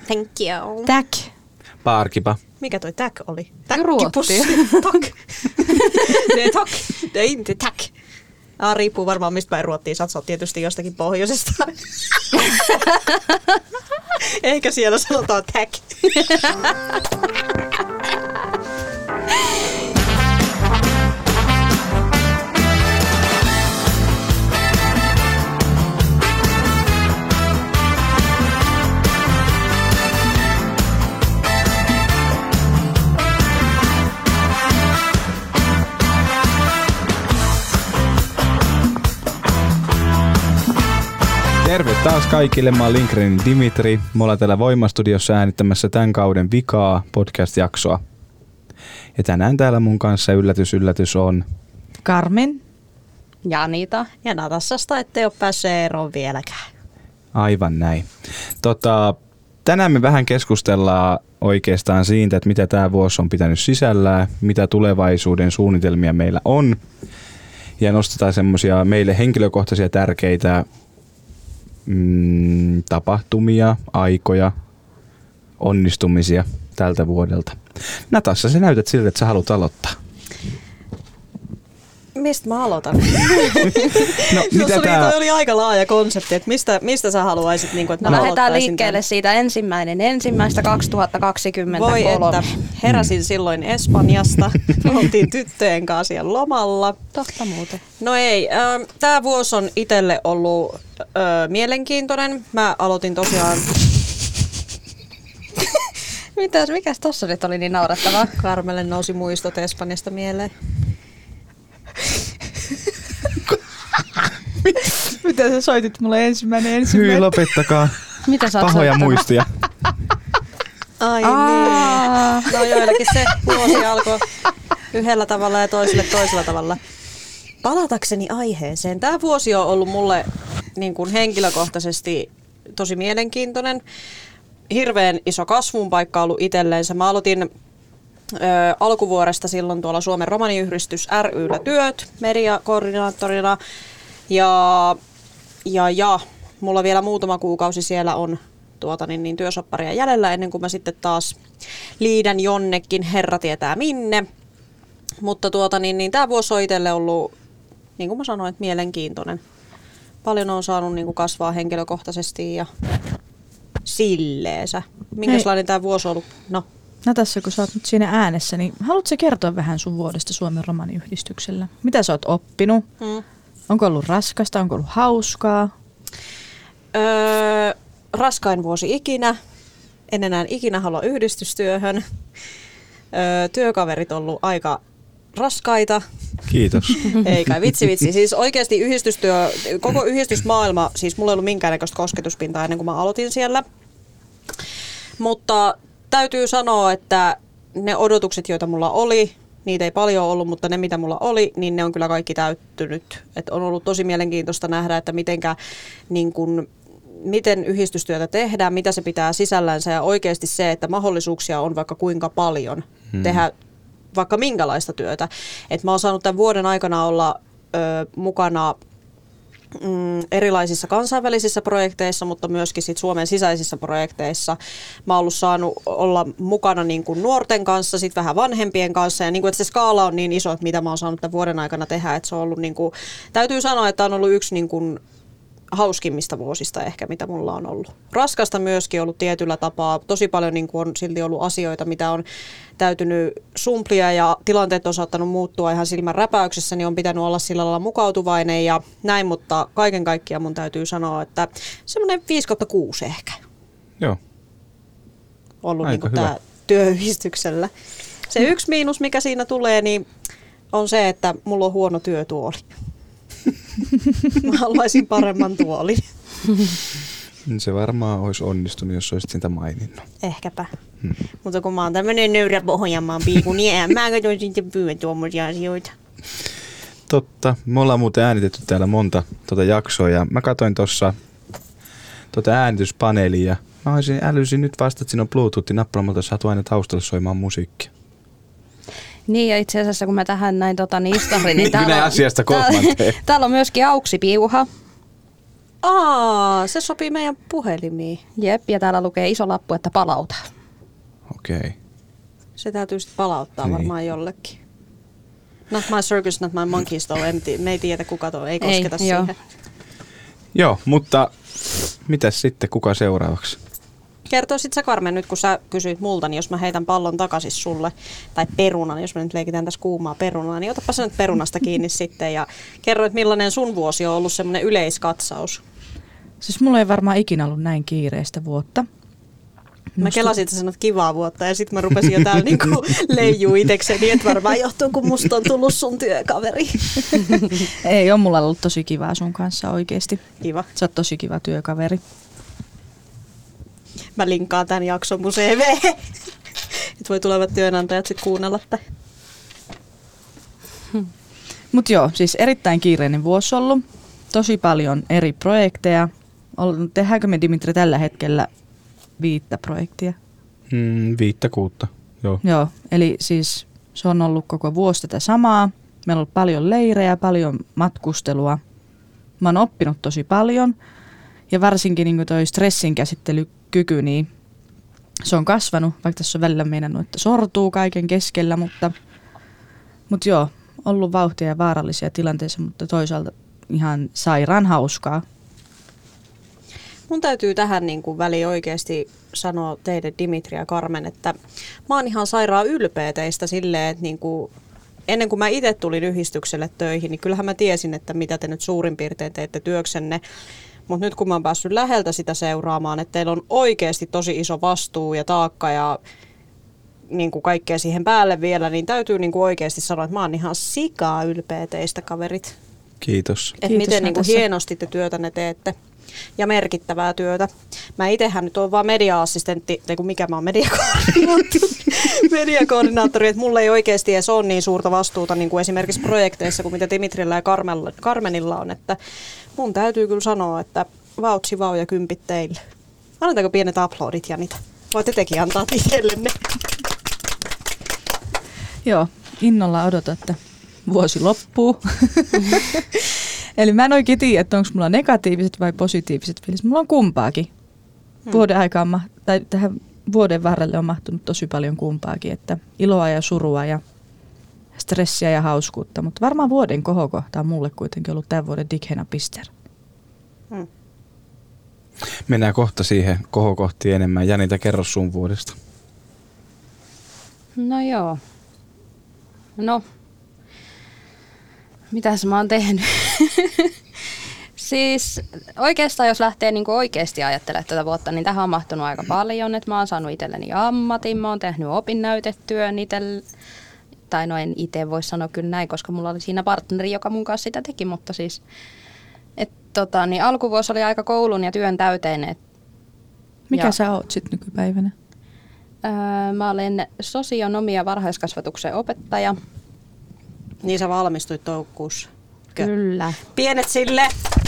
Thank you. Tack. Parkipa. Mikä toi tack oli? Ruotti. Tack. Det är tack. Det är inte tack. Riippuu varmaan mistä päin Ruottiin. Sä oot tietysti jostakin pohjoisesta. Ehkä siellä sanotaan tack. Terve taas kaikille, mä oon Lindgrenin Dimitri. Me ollaan täällä Voimastudiossa äänittämässä tämän kauden vikaa podcast-jaksoa. Ja tänään täällä mun kanssa yllätys on Carmen. Ja Anita. Ja Natassasta, ettei ole päässyt eroon vieläkään. Aivan näin. Tänään me vähän keskustellaan oikeastaan siitä, että mitä tämä vuosi on pitänyt sisällään, mitä tulevaisuuden suunnitelmia meillä on. Ja nostetaan semmoisia meille henkilökohtaisia tärkeitä tapahtumia, aikoja, onnistumisia tältä vuodelta. Natassa, sä näytät siltä, että sä haluat aloittaa. Mistä mä aloitan? No, mitä toi oli aika laaja konsepti, että mistä sä haluaisit, niin kuin, että mä lähdetään liikkeelle siitä 1.1.2023. Voi että heräsin silloin Espanjasta, oltiin tyttöjen kanssa siellä lomalla. Totta muuten. No ei, tää vuosi on itselle ollut mielenkiintoinen. Mä aloitin tosiaan... Mikäs tossa nyt oli niin naurettavaa? Karmelle nousi muistot Espanjasta mieleen. Mitä sä soitit mulle ensimmäinen? Hyi, lopettakaa. Mitä sä oot pahoja soittanut? muistia. Ai niin. No joillekin se vuosi alkoi yhdellä tavalla ja toisella tavalla. Palatakseni aiheeseen. Tämä vuosi on ollut mulle niin kuin henkilökohtaisesti tosi mielenkiintoinen. Hirveän iso kasvun paikka ollut itselleensä. Mä aloitin alkuvuodesta silloin tuolla Suomen Romaniyhdistys ry:llä työt mediakoordinaattorina. Ja mulla vielä muutama kuukausi siellä on työsopparia jäljellä ennen kuin mä sitten taas liidän jonnekin, herra tietää minne. Mutta tämä vuosi on itselle ollut, niin kuin mä sanoin, että mielenkiintoinen. Paljon on saanut niin kuin kasvaa henkilökohtaisesti ja silleensä. Minkälainen tämä vuosi on ollut? No. Natassa, kun sä oot nyt siinä äänessä, niin haluatko kertoa vähän sun vuodesta Suomen Romaniyhdistyksellä? Mitä sä oot oppinut? Onko ollut raskasta? Onko ollut hauskaa? Raskain vuosi ikinä. En enää ikinä halua yhdistystyöhön. Työkaverit on ollut aika raskaita. Kiitos. Ei kai vitsi. Siis oikeasti yhdistystyö, koko yhdistysmaailma, siis mulla ei ollut minkäännäköistä kosketuspintaa ennen kuin mä aloitin siellä. Mutta täytyy sanoa, että ne odotukset, joita mulla oli, niitä ei paljon ollut, mutta ne mitä mulla oli, niin ne on kyllä kaikki täyttynyt. Et on ollut tosi mielenkiintoista nähdä, että miten yhdistystyötä tehdään, mitä se pitää sisällänsä ja oikeasti se, että mahdollisuuksia on vaikka kuinka paljon tehdä vaikka minkälaista työtä. Et mä oon saanut tämän vuoden aikana olla mukana erilaisissa kansainvälisissä projekteissa, mutta myöskin sit Suomen sisäisissä projekteissa. Mä oon saanut olla mukana niin kuin nuorten kanssa, sit vähän vanhempien kanssa ja niin kuin, että se skaala on niin iso, että mitä mä oon saanut tämän vuoden aikana tehdä, että se on ollut niin kuin, täytyy sanoa, että on ollut yksi niin kuin hauskimmista vuosista ehkä, mitä mulla on ollut. Raskasta myöskin ollut tietyllä tapaa. Tosi paljon niin kuin on silti ollut asioita, mitä on täytynyt sumplia ja tilanteet on saattanut muuttua ihan silmän räpäyksessä, niin on pitänyt olla sillä lailla mukautuvainen ja näin, mutta kaiken kaikkiaan mun täytyy sanoa, että semmoinen 5/6 ehkä. Joo. Ollut niin kuin tämä työyhdistyksellä. Se yksi miinus, mikä siinä tulee, niin on se, että mulla on huono työtuoli. Mä haluaisin paremman tuolin. Se varmaan olisi onnistunut, jos olisit sitä maininnut. Ehkäpä. Mutta kun mä oon tämmönen nöyrä Pohjanmaan piiku, niin mä katsoin sitten pyydän tuommoisia asioita. Totta. Me ollaan muuten äänitetty täällä monta jaksoa ja mä katsoin tuossa äänityspaneelia. Mä älysin nyt vasta, että siinä on Bluetooth-nappula, saat aina taustalla soimaan musiikkia. Niin ja itse asiassa kun mä tähän näin istahdin, niin täällä on myöskin auksipiuha. Se sopii meidän puhelimiin. Jep, ja täällä lukee iso lappu, että palauta. Okei. Okay. Se täytyy sitten palauttaa Niin. varmaan jollekin. Not my circus, not my monkey store. Me ei tiedä kuka tuo, ei kosketa joo. siihen. Joo, mutta mitäs sitten, kuka seuraavaksi? Kertoisit sä, Carmen, nyt kun sä kysyit multa, niin jos mä heitän pallon takaisin sulle, tai perunan, jos me nyt leikitään tässä kuumaa perunaa, niin otapa sä nyt perunasta kiinni sitten ja kerro, että millainen sun vuosi on ollut semmoinen yleiskatsaus. Siis mulla ei varmaan ikinä ollut näin kiireistä vuotta. Mä kelasin, että sä sanot kivaa vuotta ja sitten mä rupesin jo täällä niinku leijuu itekseni, että varmaan johtuu, kun musta on tullut sun työkaveri. Ei, on mulla ollut tosi kivaa sun kanssa oikeesti. Kiva. Sä oot tosi kiva työkaveri. Mä linkkaan tämän jakson mun CV:hen. Että voi tulevat työnantajat sitten kuunnella tämän. Mut joo, siis erittäin kiireinen vuosi ollut. Tosi paljon eri projekteja. Tehdäänkö me, Dimitri, tällä hetkellä 5 projektia? 5-6, joo. Joo, eli siis se on ollut koko vuosi tätä samaa. Meillä on ollut paljon leirejä, paljon matkustelua. Mä oon oppinut tosi paljon. Ja varsinkin niin toi stressin käsittelykyky, niin se on kasvanut, vaikka tässä on välillä meinannut, että sortuu kaiken keskellä, mutta joo, ollut vauhtia ja vaarallisia tilanteissa, mutta toisaalta ihan sairaan hauskaa. Mun täytyy tähän niin kuin väliin oikeasti sanoa teille, Dimitri ja Carmen, että mä oon ihan sairaan ylpeä teistä silleen, että niin kuin ennen kuin mä itse tulin yhdistykselle töihin, niin kyllähän mä tiesin, että mitä te nyt suurin piirtein teette työksenne. Mutta nyt kun mä oon päässyt läheltä sitä seuraamaan, että teillä on oikeasti tosi iso vastuu ja taakka ja niin kuin kaikkea siihen päälle vielä, niin täytyy niin kuin oikeasti sanoa, että mä oon ihan sikaa ylpeä teistä, kaverit. Kiitos. Että Kiitos miten niin kuin tässä. hienosti te työtänne teette ja merkittävää työtä. Mä itsehän nyt oon vaan media-assistentti, tai kun mikä mä oon mediakoordinaattori, että mulla ei oikeasti edes ole niin suurta vastuuta niin kuin esimerkiksi projekteissa kuin mitä Dimitrillä ja Carmenilla on, että mun täytyy kyllä sanoa, että vautsi vau ja kympit teille. Annetaanko pienet aplodit, Janita? Voitte tekin antaa itsellenne. Joo, innolla odotan, että vuosi loppuu. Eli mä en oikein tiedä, että onko mulla negatiiviset vai positiiviset fiilis. Mulla on kumpaakin. Vuoden aikaan, tai tähän vuoden varrelle on mahtunut tosi paljon kumpaakin, että iloa ja surua ja stressiä ja hauskuutta. Mutta varmaan vuoden kohokohta on mulle kuitenkin ollut tämän vuoden Dighena Pister. Mennään kohta siihen kohokohtiin enemmän. Janita, kerro sun vuodesta. No joo. No, mitäs mä oon tehnyt? Siis oikeastaan jos lähtee niinku oikeasti ajattelemaan tätä vuotta, niin tähän on mahtunut aika paljon. Että mä oon saanut itselleni ammatin, mä oon tehnyt opinnäytetyön tai no en itse voi sanoa kyllä näin, koska mulla oli siinä partneri, joka mun kanssa sitä teki, mutta siis niin alkuvuosi oli aika koulun ja työn täyteinen. Mikä Ja- sä oot sit nykypäivänä? Mä olen sosionomia varhaiskasvatuksen opettaja. Niin sä valmistuit toukokuussa. Kyllä. Pienet sille.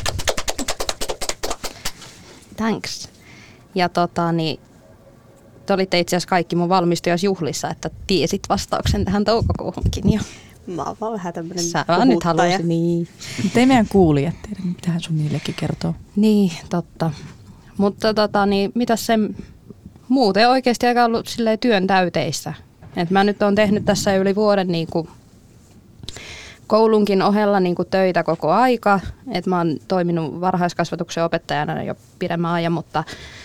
Thanks. Ja te olitte itse asiassa kaikki mun valmistujaisjuhlissa, että tiesit vastauksen tähän toukokuuhunkin jo. Mä oon vaan vähän tämmönen Sä vaan nyt puhuttaja. halusin. Niin. Mutta ei meidän kuulijat tiedä, mitähän sun niillekin kertoo. Niin, totta. Mutta mitäs se muuten oikeasti aika ollut silleen työn täyteissä. Et mä nyt oon tehnyt tässä yli vuoden niinku koulunkin ohella niinku töitä koko aika. Et mä oon toiminut varhaiskasvatuksen opettajana jo pidemmän ajan, mutta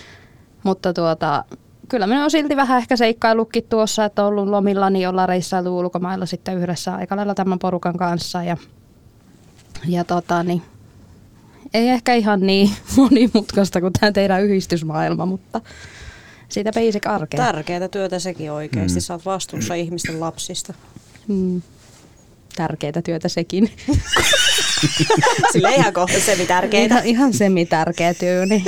kyllä minä on silti vähän ehkä seikkaillutkin tuossa, että on ollut lomillani, ollaan reissailtu ulkomailla sitten yhdessä aika lailla tämän porukan kanssa. Ja ei ehkä ihan niin monimutkaista kuin tämä teidän yhdistysmaailma, mutta siitä basic arkea. Tärkeää työtä sekin oikeasti. Sä oot vastuussa ihmisten lapsista. Tärkeää työtä sekin. Sillä ihan kohta semi-tärkeitä. Ihan semi-tärkeä työ. Niin.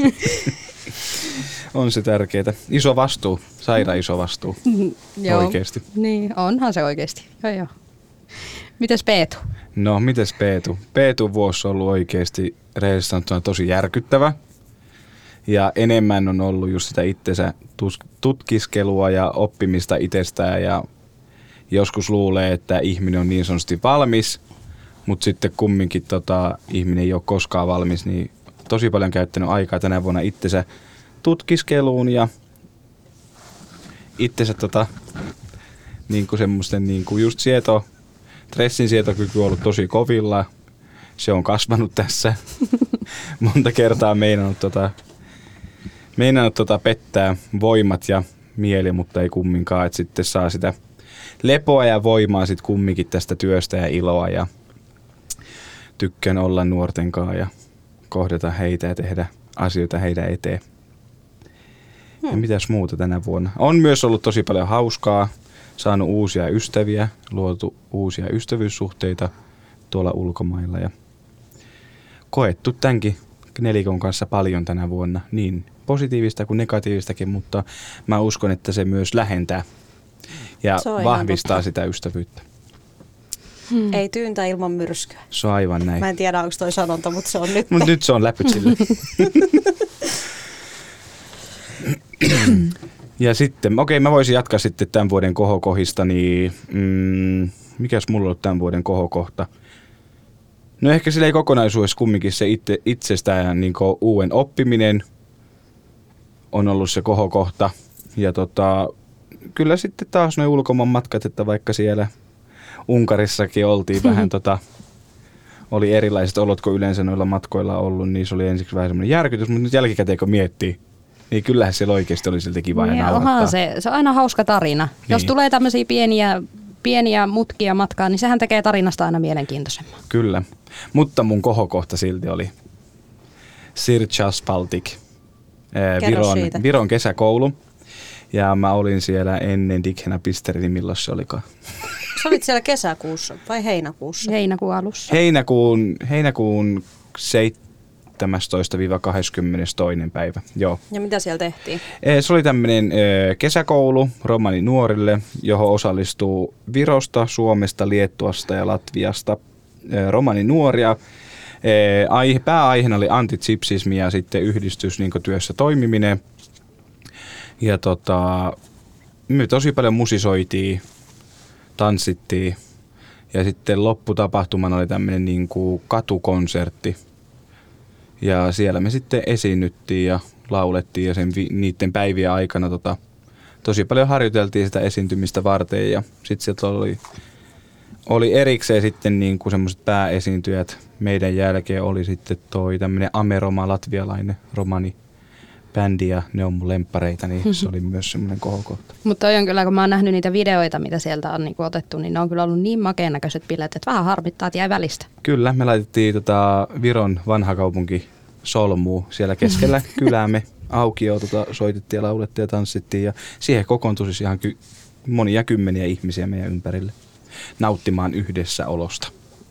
On se tärkeää. Iso vastuu, sairaan iso vastuu. Joo. Oikeesti. Niin, onhan se oikeasti. Joo. Mites Peetu? No, mites Peetu? Peetun vuosi on ollut oikeesti rehellisesti sanottuna tosi järkyttävä. Ja enemmän on ollut just sitä itsensä tutkiskelua ja oppimista itsestään. Ja joskus luulee, että ihminen on niin sanotusti valmis, mutta sitten kumminkin ihminen ei ole koskaan valmis, niin tosi paljon käyttänyt aikaa tänä vuonna itsensä tutkiskeluun ja itsensä niinku semmoisten niinku just stressin sietokyky on ollut tosi kovilla. Se on kasvanut tässä. Monta kertaa meinannut pettää voimat ja mieli, mutta ei kumminkaan, että sitten saa sitä lepoa ja voimaa sitten kumminkin tästä työstä ja iloa ja tykkään olla nuorten kanssa ja kohdata heitä ja tehdä asioita heidän eteen. Ja mitäs muuta tänä vuonna? On myös ollut tosi paljon hauskaa, saanut uusia ystäviä, luotu uusia ystävyyssuhteita tuolla ulkomailla ja koettu tämänkin nelikon kanssa paljon tänä vuonna, niin positiivista kuin negatiivistakin, mutta mä uskon, että se myös lähentää ja vahvistaa sitä ystävyyttä. Ei tyyntä ilman myrskyä. Se on aivan näin. Mä en tiedä, onko toi sanonta, mutta se on nyt. Mutta nyt se on läpyt sille. Ja sitten, mä voisin jatkaa sitten tämän vuoden kohokohista, niin mikäs mulla on ollut tämän vuoden kohokohta? No ehkä sillä ei kokonaisuudessa kumminkin se itsestään niin kuin uuden oppiminen on ollut se kohokohta. Ja kyllä sitten taas ne ulkomaan matkat, että vaikka siellä Unkarissakin oltiin vähän oli erilaiset olot kuin yleensä noilla matkoilla ollut, niin se oli ensiksi vähän semmoinen järkytys, mutta nyt jälkikäteen kun miettii, niin kyllähän siellä oikeasti oli siltä kiva ja naurattaa. Se on aina hauska tarina. Niin. Jos tulee tämmöisiä pieniä mutkia matkaan, niin sehän tekee tarinasta aina mielenkiintoisemman. Kyllä, mutta mun kohokohta silti oli Sirchas Baltic, Viron kesäkoulu. Ja mä olin siellä ennen Dikhena Pisterini, milloin se olikaan. Sä olit siellä kesäkuussa vai heinäkuussa? Heinäkuun alussa. Heinäkuun 17-22. päivä, joo. Ja mitä siellä tehtiin? Se oli tämmöinen kesäkoulu romani nuorille, johon osallistuu Virosta, Suomesta, Liettuasta ja Latviasta romani nuoria. Pääaiheena oli antitsipsismi ja sitten yhdistys niin kuin työssä toimiminen. Ja me tosi paljon musisoitiin, tanssittiin ja sitten lopputapahtumana oli tämmöinen niin kuin katukonsertti. Ja siellä me sitten esiinnyttiin ja laulettiin ja niiden päivien aikana tosi paljon harjoiteltiin sitä esiintymistä varten ja sitten sieltä oli erikseen sitten niin kuin semmoiset pääesiintyjät. Meidän jälkeen oli sitten toi tämmöinen Ameroma latvialainen romani bändi ja ne on mun lemppareita, niin se oli myös semmoinen kohokohta. Mutta toi on kyllä, kun mä oon nähnyt niitä videoita, mitä sieltä on niinku otettu, niin ne on kyllä ollut niin makeen näköiset bileet, että vähän harmittaa, että jäi välistä. Kyllä, me laitettiin Viron vanha kaupunki solmuun siellä keskellä kyläämme aukioon, soitettiin ja laulettiin ja tanssittiin ja siihen kokoontui siis ihan monia kymmeniä ihmisiä meidän ympärille nauttimaan yhdessä olosta.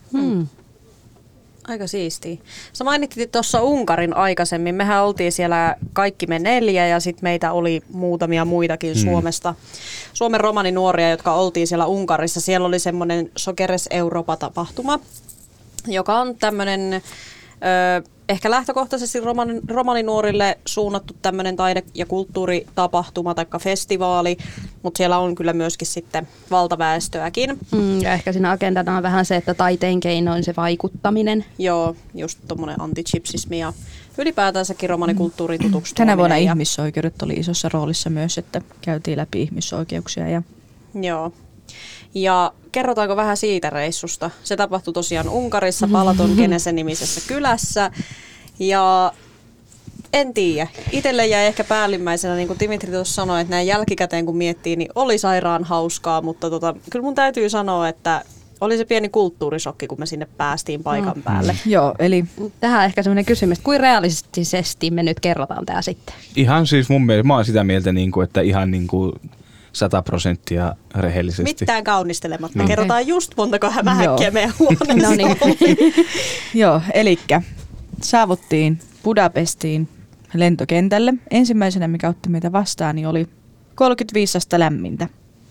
Aika siistiä. Sä mainittit tuossa Unkarin aikaisemmin. Mehän oltiin siellä kaikki me 4 ja sitten meitä oli muutamia muitakin Suomesta. Suomen romaninuoria, jotka oltiin siellä Unkarissa. Siellä oli semmoinen Sokeres Europa-tapahtuma, joka on tämmöinen ehkä lähtökohtaisesti romaninuorille suunnattu tämmöinen taide- ja kulttuuritapahtuma tai festivaali, mutta siellä on kyllä myöskin sitten valtaväestöäkin. Ja ehkä siinä agendana on vähän se, että taiteen keinoin se vaikuttaminen. Joo, just tommoinen antichipsismi ja ylipäätänsäkin romanikulttuuriin tutustuminen. Tänä vuonna ihmisoikeudet oli isossa roolissa myös, että käytiin läpi ihmisoikeuksia. Joo. Ja kerrotaanko vähän siitä reissusta? Se tapahtui tosiaan Unkarissa Balaton Kenesen nimisessä kylässä. Ja en tiedä. Itselle jäi ehkä päällimmäisenä, niin kuin Dimitri tuossa sanoi, että näin jälkikäteen kun miettii, niin oli sairaan hauskaa. Mutta kyllä mun täytyy sanoa, että oli se pieni kulttuurisokki, kun me sinne päästiin paikan päälle. Joo, eli tähän ehkä semmoinen kysymys, että kuinka realistisesti me nyt kerrotaan tämä sitten? Ihan siis mun mielestä, mä oon sitä mieltä, että ihan 100% rehellisesti. Mitään kaunistelematta. Kerrotaan just montako hämähäkkiä meidän huoneessa. No niin. Joo, elikkä saavuttiin Budapestiin lentokentälle. Ensimmäisenä, mikä otti meitä vastaan, niin oli 35 astetta lämmintä.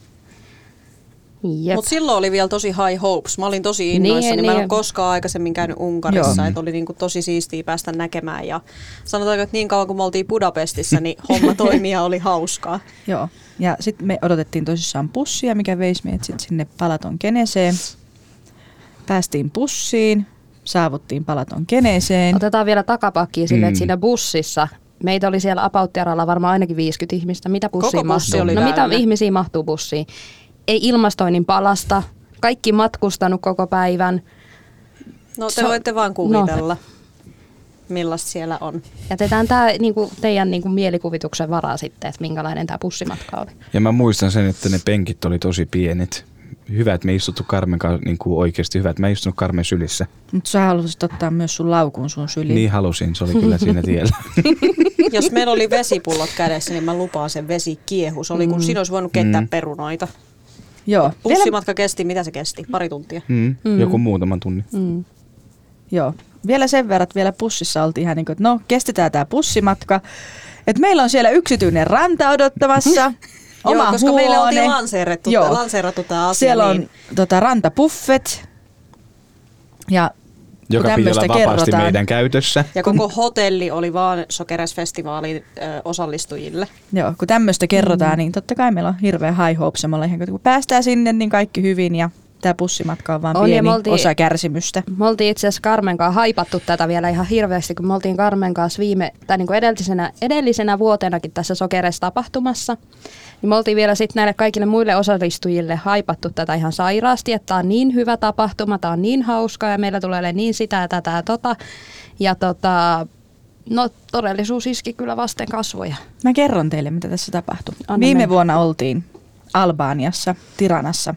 Mutta silloin oli vielä tosi high hopes. Mä olin tosi innoissani. Mä en ole koskaan aikaisemmin käynyt Unkarissa. Että oli niinku tosi siistiä päästä näkemään. Ja sanotaanko, että niin kauan kun me oltiin Budapestissa, niin homma toimii ja oli hauskaa. Joo. Ja sitten me odotettiin tosissaan bussia, mikä veisi meidät sitten sinne Balaton Keneseen. Päästiin bussiin. saavuttiin Palaton Keneeseen. Otetaan vielä takapakkiin sille, että siinä bussissa, meitä oli siellä Apauttiaralla varmaan ainakin 50 ihmistä. Mitä bussiin Koko bussi oli No täynnä. mitä ihmisiä mahtuu bussiin? Ei ilmastoinnin palasta, kaikki matkustanut koko päivän. No te voitte vaan kuvitella, millaista siellä on. Jätetään tämä niinku, teidän niinku, mielikuvituksen varaa sitten, että minkälainen tämä bussimatka oli. Ja mä muistan sen, että ne penkit oli tosi pienet. Hyvä, että me istuttu Karmen kanssa, niin kuin oikeasti hyvä, että mä istunut Karmen sylissä. Mutta sä haluaisit ottaa myös sun laukun sun syliin. Niin halusin, se oli kyllä siinä tiellä. Jos meillä oli vesipullot kädessä, niin mä lupaan sen vesi kiehu. Se oli kun siinä olisi voinut keittää perunoita. Joo. Bussimatka kesti, mitä se kesti? Pari tuntia. Joku muutaman tunnin. Joo. Vielä sen verran, että vielä bussissa oltiin ihan niin kuin, että no kestetään tämä bussimatka. Että meillä on siellä yksityinen ranta odottamassa. Oma Joo, koska huone. meille oltiin lanseerattu tämä asia. Siellä on niin rantapuffet. Ja Joka kun piti olla tämmöistä vapaasti kerrotaan, meidän käytössä. ja koko hotelli oli vaan Sokeres-festivaalin osallistujille. Joo, kun tämmöistä kerrotaan, niin totta kai meillä on hirveä high hopes. Kun päästään sinne, niin kaikki hyvin ja tämä bussimatka on vaan pieni osa kärsimystä. Me oltiin itse asiassa Karmen kanssa haipattu tätä vielä ihan hirveästi, kun me oltiin Karmen kanssa edellisenä vuotenakin tässä Sokeres-tapahtumassa. Niin me oltiin vielä sitten näille kaikille muille osallistujille haipattu tätä ihan sairaasti, että tämä on niin hyvä tapahtuma, tämä on niin hauska ja meillä tulee niin sitä ja tätä ja tota. Ja no todellisuus iski kyllä vasten kasvoja. Mä kerron teille, mitä tässä tapahtui. Anna Viime mennä. vuonna oltiin Albaniassa, Tiranassa.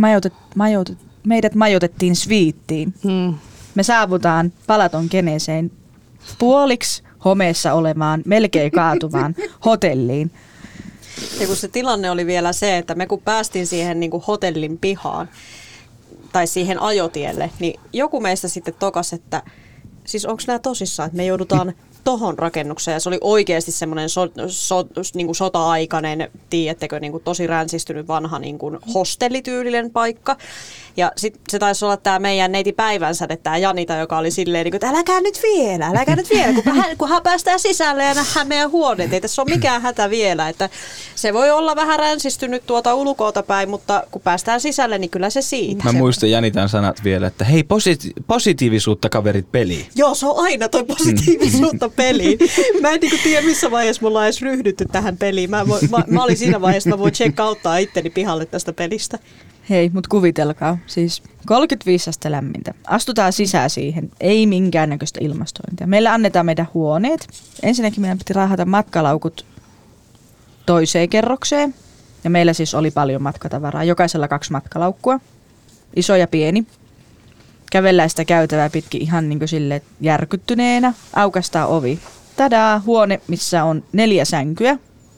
Meidät majoitettiin sviittiin. Me saavutaan Palaton Keneeseen puoliksi homeessa olevaan, melkein kaatuvaan hotelliin. Ja kun se tilanne oli vielä se, että me kun päästiin siihen niin kuin hotellin pihaan tai siihen ajotielle, niin joku meistä sitten tokas, että siis onko nämä tosissaan, että me joudutaan tohon rakennukseen. Ja se oli oikeasti semmoinen niin kuin sota-aikainen, tiedättekö, niin kuin tosi ränsistynyt vanha niin kuin hostellityylinen paikka. Ja sitten se taisi olla tämä meidän neiti Päivänsäde, tämä Janita, joka oli silleen, niin kuin, että äläkää nyt vielä, kunhan päästään sisälle ja nähdään meidän huoneet. Ei tässä ole mikään hätä vielä. Että se voi olla vähän ränsistynyt tuota ulkoota päin, mutta kun päästään sisälle, niin kyllä se siitä. Mä muistan Janitan sanat vielä, että hei positiivisuutta kaverit peliin. Joo, se on aina toi positiivisuutta peliin. Mä en niinku tiedä, missä vaiheessa me ollaan edes ryhdytty tähän peliin. Mä olin siinä vaiheessa, että mä voin check-outtaa itteni pihalle tästä pelistä. Hei, mut kuvitelkaa, siis 35 astetta lämmintä. Astutaan sisään siihen, ei minkäännäköistä ilmastointia. Meille annetaan meidän huoneet. Ensinnäkin meidän piti raahata matkalaukut toiseen kerrokseen. Ja meillä siis oli paljon matkatavaraa, jokaisella 2 matkalaukkua, iso ja pieni. Kävellään sitä käytävää pitkin ihan niin kuin sille järkyttyneenä, aukastaa ovi. Tadaa, huone, missä on 4 sänkyä.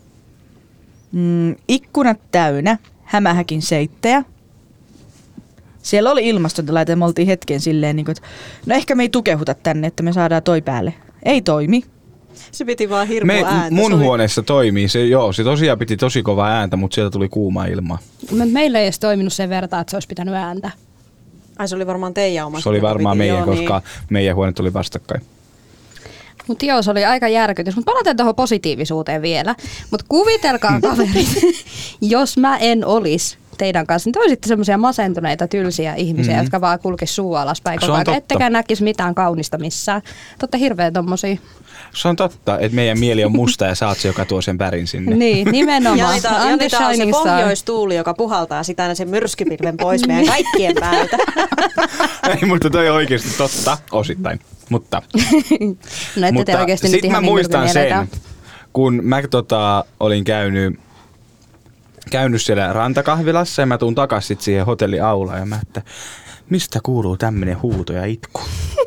Ikkunat täynnä, hämähäkin seittejä. Siellä oli ilmastointilaite ja me oltiin hetken silleen, niin kuin, että no ehkä me ei tukehuta tänne, että me saadaan toi päälle. Ei toimi. Se piti vaan hirveä ääntä. Mun huoneessa toimii. Se tosiaan piti tosi kovaa ääntä, mutta sieltä tuli kuumaa ilmaa. Meillä ei edes toiminut sen verran, että se olisi pitänyt ääntä. Ai se oli varmaan teidän oma. Se oli varmaan meidän, koska meidän huoneet oli vastakkain. Mutta joo, se oli aika järkytys. Mutta palataan tuohon positiivisuuteen vielä. Mutta kuvitelkaa kaverit, jos mä en olisi teidän kanssa, niin te olisitte semmoisia masentuneita, tylsiä ihmisiä, jotka vaan kulkis suu alaspäin koko ajan. Ettekä näkisi mitään kaunista missään. Totta hirveä tommosia. Se on totta, että meidän mieli on musta ja sä oot se, joka tuo sen värin sinne. Niin, nimenomaan. Janita on se pohjoistuuli, joka puhaltaa sitä aina sen myrskypilven pois meidän kaikkien päältä. Ei, mutta toi on oikeasti totta, osittain. Mutta no ette te oikeasti nyt ihan mä muistan sen, mieletään. kun mä olin käynyt siellä rantakahvilassa ja mä tuun takas sit siihen hotelliaulaan ja mä, että mistä kuuluu tämmönen huuto ja itku?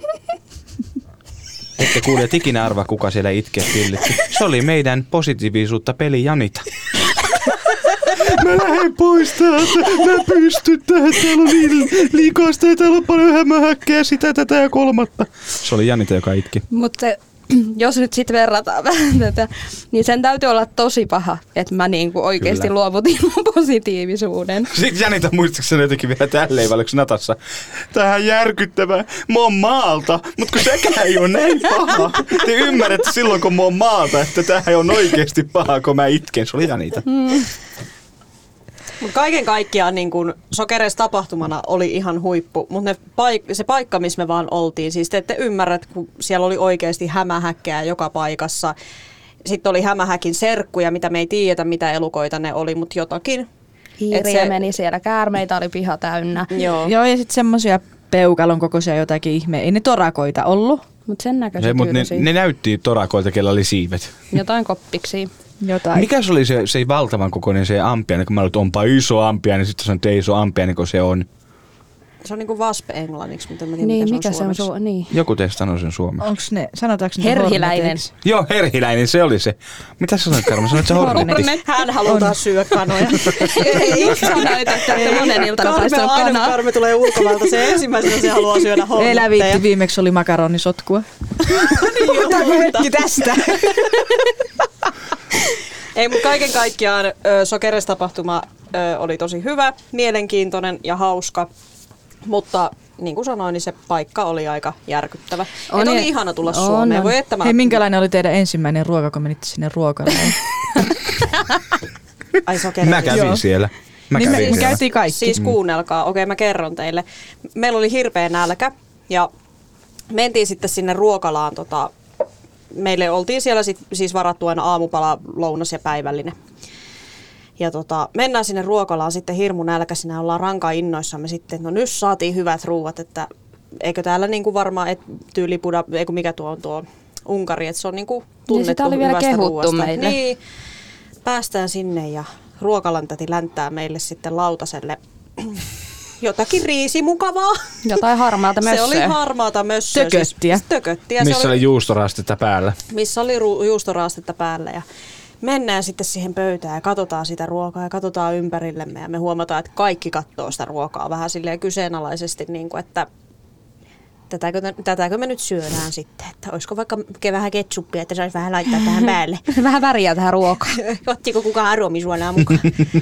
Ette kuule ikinä arvaa, kuka siellä itkee pillitti. Se oli meidän positiivisuutta peli Janita. Mä lähden pois täältä. Mä pystyn tähän. Täällä on niin liikasta ja täällä on paljon hämähäkkää sitä, tätä ja kolmatta. Se oli Janita, joka itki. Mutta jos nyt sitten verrataan vähän tätä, niin sen täytyy olla tosi paha, että mä niinku oikeasti luovutin positiivisuuden. Sitten Janita muistaakseni jotenkin vielä tälleen, vai oliko Natassa? Tähän järkyttävää. Mä oon maalta, mutta kun sekään ei ole näin paha. Te ymmärrätte silloin, kun mä oon maalta, että tämähän on oikeasti paha, kun mä itken. Se oli Janita. Mut kaiken kaikkiaan niin kun Sokeres tapahtumana oli ihan huippu, mutta se paikka, missä me vaan oltiin, siis te ette ymmärrät, kun siellä oli oikeasti hämähäkkää joka paikassa. Sitten oli hämähäkin serkkuja, mitä me ei tiedetä, mitä elukoita ne oli, mutta jotakin. Hiiriä meni siellä, käärmeitä oli piha täynnä. Joo. Joo, ja sitten semmoisia peukalon kokoisia jotakin ihme. Ei ne torakoita ollut. Mutta sen näköisiä Mutta ne näytti torakoilta, kellä oli siivet. Jotain koppiksi. Jotain. Mikä se oli se valtavan kokoinen se ampiainen, kun mä olin, että onpa iso ampiainen, sitten sanoin, että ei iso ampiainen, kun se on. Se on niinku wasp englanniksi, mutta en tiedä, Niin, mikä se on suomeksi. niin. Joku teistä sanoi sen suomeksi. Onks ne, sanotaanko ne Herhiläinen. horneteiksi? Joo, herhiläinen, se oli se. Mitä sä sanoit, Karma? Sanoit se hornetti. Hän haluaa taas syödä kanoja. Ei, sanoit, että olette monen iltana paistanut kanaa. Karme tulee ulkomailta, se ensimmäisenä se haluaa syödä hornetteja. Ei läviitti, viimeksi oli makaronisotkua. Hetki tästä. Ei, mutta kaiken kaikkiaan Sokeres-tapahtuma oli tosi hyvä, mielenkiintoinen ja hauska, mutta niin kuin sanoin, niin se paikka oli aika järkyttävä. Oli ihana tulla Suomeen. Voi että Hei, minkälainen oli teidän ensimmäinen ruoka, kun menitte sinne ruokalaan? Ai Sokeres. Mä kävin siellä. Me käytiin kaikki. Siis kuunnelkaa, okei, mä kerron teille. Meillä oli hirveä nälkä ja mentiin sitten sinne ruokalaan. Meille oltiin siellä siis varattu aina aamupala, lounas ja päivällinen. Ja mennään sinne ruokalaan sitten hirmu nälkäisinä, ollaan ranka innoissamme sitten, no nyt saatiin hyvät ruuat, että eikö täällä niinku varmaan tyyli eikö mikä tuo Unkari, että se on niinku tunnettu sitä oli vielä hyvästä kehuttu ruuasta. meille. Niin, päästään sinne ja ruokalantäti länttää meille sitten lautaselle jotakin riisimukavaa. Jotain harmaata mössöä. Se oli harmaata mössöä. Tököttiä. Siis, tököttiä. Missä oli juustoraastetta päällä? Missä oli juustoraastetta päällä ja mennään sitten siihen pöytään ja katsotaan sitä ruokaa ja katsotaan ympärillemme ja me huomataan, että kaikki katsoo sitä ruokaa vähän silleen kyseenalaisesti, niin kuin, että tätäkö me nyt syödään sitten, että olisiko vaikka vähän ketsuppia, että saisi vähän laittaa tähän päälle. Vähän väriä tähän ruokaan. Ottiko kukaan aromisuolaa mukaan?